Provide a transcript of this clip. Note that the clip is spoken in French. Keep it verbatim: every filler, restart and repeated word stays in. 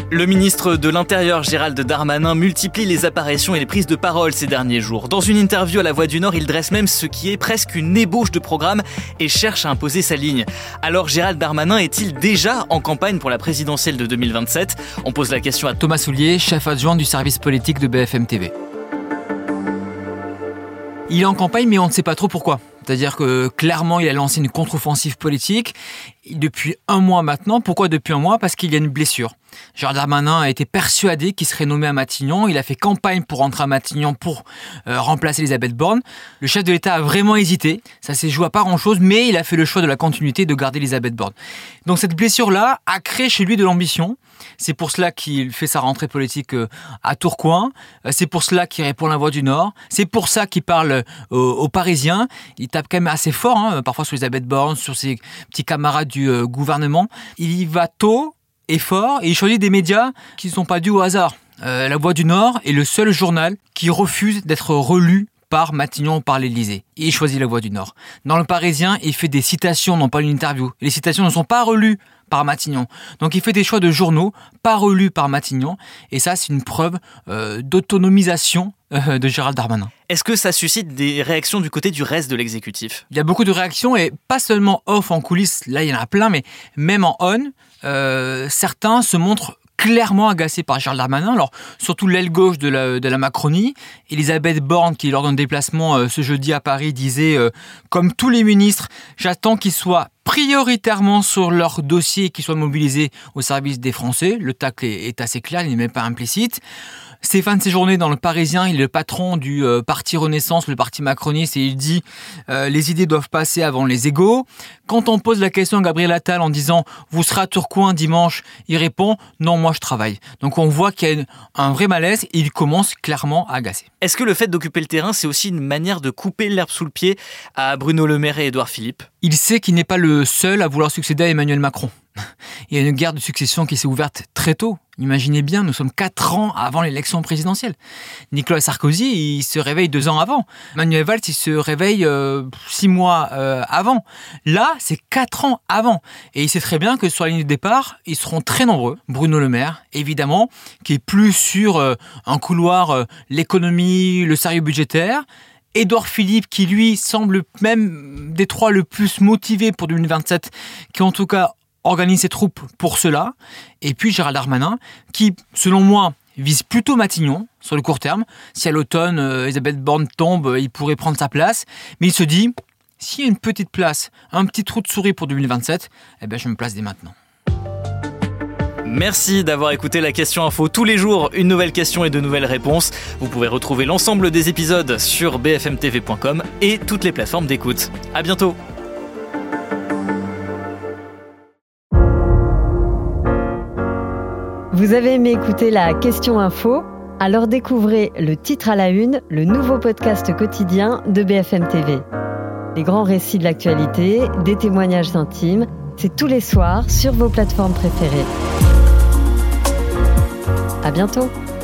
Le ministre de l'Intérieur, Gérald Darmanin, multiplie les apparitions et les prises de parole ces derniers jours. Dans une interview à La Voix du Nord, il dresse même ce qui est presque une ébauche de programme et cherche à imposer sa ligne. Alors Gérald Darmanin est-il déjà en campagne pour la présidentielle de deux mille vingt-sept ? On pose la question à Thomas Soulier, chef adjoint du service politique de B F M T V. Il est en campagne, mais on ne sait pas trop pourquoi. C'est-à-dire que clairement, il a lancé une contre-offensive politique depuis un mois maintenant. Pourquoi depuis un mois ? Parce qu'il y a une blessure. Gérald Darmanin a été persuadé qu'il serait nommé à Matignon. Il a fait campagne pour rentrer à Matignon pour euh, remplacer Elisabeth Borne. Le chef de l'État a vraiment hésité. Ça s'est joué à pas grand-chose, mais il a fait le choix de la continuité de garder Elisabeth Borne. Donc cette blessure-là a créé chez lui de l'ambition. C'est pour cela qu'il fait sa rentrée politique à Tourcoing. C'est pour cela qu'il répond à La Voix du Nord. C'est pour ça qu'il parle aux, aux Parisiens. Il tape quand même assez fort, hein, parfois sur Elisabeth Borne, sur ses petits camarades du euh, gouvernement. Il y va tôt et fort et il choisit des médias qui ne sont pas dus au hasard. Euh, La Voix du Nord est le seul journal qui refuse d'être relu par Matignon ou par l'Élysée. Il choisit La Voix du Nord. Dans Le Parisien, il fait des citations, non pas une interview. Les citations ne sont pas relues par Matignon. Donc il fait des choix de journaux, pas relus par Matignon. Et ça, c'est une preuve euh, d'autonomisation euh, de Gérald Darmanin. Est-ce que ça suscite des réactions du côté du reste de l'exécutif ? Il y a beaucoup de réactions, et pas seulement off en coulisses, là il y en a plein, mais même en on, euh, certains se montrent clairement agacé par Gérald Darmanin. Alors, surtout l'aile gauche de la, de la Macronie. Elisabeth Borne, qui lors d'un déplacement euh, ce jeudi à Paris, disait euh, « Comme tous les ministres, j'attends qu'ils soient prioritairement sur leur dossier et qu'ils soient mobilisés au service des Français. » Le tacle est, est assez clair, il n'est même pas implicite. Stéphane Séjourné, dans Le Parisien, il est le patron du euh, parti Renaissance, le parti macroniste, et il dit euh, « Les idées doivent passer avant les égos ». Quand on pose la question à Gabriel Attal en disant « Vous serez à Tourcoing dimanche », il répond « Non, moi je travaille ». Donc on voit qu'il y a un vrai malaise et il commence clairement à agacer. Est-ce que le fait d'occuper le terrain, c'est aussi une manière de couper l'herbe sous le pied à Bruno Le Maire et Édouard Philippe ? Il sait qu'il n'est pas le seul à vouloir succéder à Emmanuel Macron. Il y a une guerre de succession qui s'est ouverte très tôt. Imaginez bien, nous sommes quatre ans avant l'élection présidentielle. Nicolas Sarkozy, il se réveille deux ans avant. Manuel Valls, il se réveille euh, six mois euh, avant. Là, c'est quatre ans avant. Et il sait très bien que sur la ligne de départ, ils seront très nombreux. Bruno Le Maire, évidemment, qui est plus sur euh, un couloir, euh, l'économie, le sérieux budgétaire. Édouard Philippe, qui lui semble même des trois le plus motivé pour deux mille vingt-sept, qui en tout cas organise ses troupes pour cela. Et puis Gérald Darmanin, qui, selon moi, vise plutôt Matignon sur le court terme. Si à l'automne, euh, Elisabeth Borne tombe, il pourrait prendre sa place. Mais il se dit, s'il y a une petite place, un petit trou de souris pour deux mille vingt-sept, eh ben je me place dès maintenant. Merci d'avoir écouté la Question Info. Tous les jours, une nouvelle question et de nouvelles réponses. Vous pouvez retrouver l'ensemble des épisodes sur b f m t v point com et toutes les plateformes d'écoute. À bientôt. Vous avez aimé écouter la Question Info ? Alors découvrez Le Titre à la Une, le nouveau podcast quotidien de B F M T V. Les grands récits de l'actualité, des témoignages intimes, c'est tous les soirs sur vos plateformes préférées. À bientôt.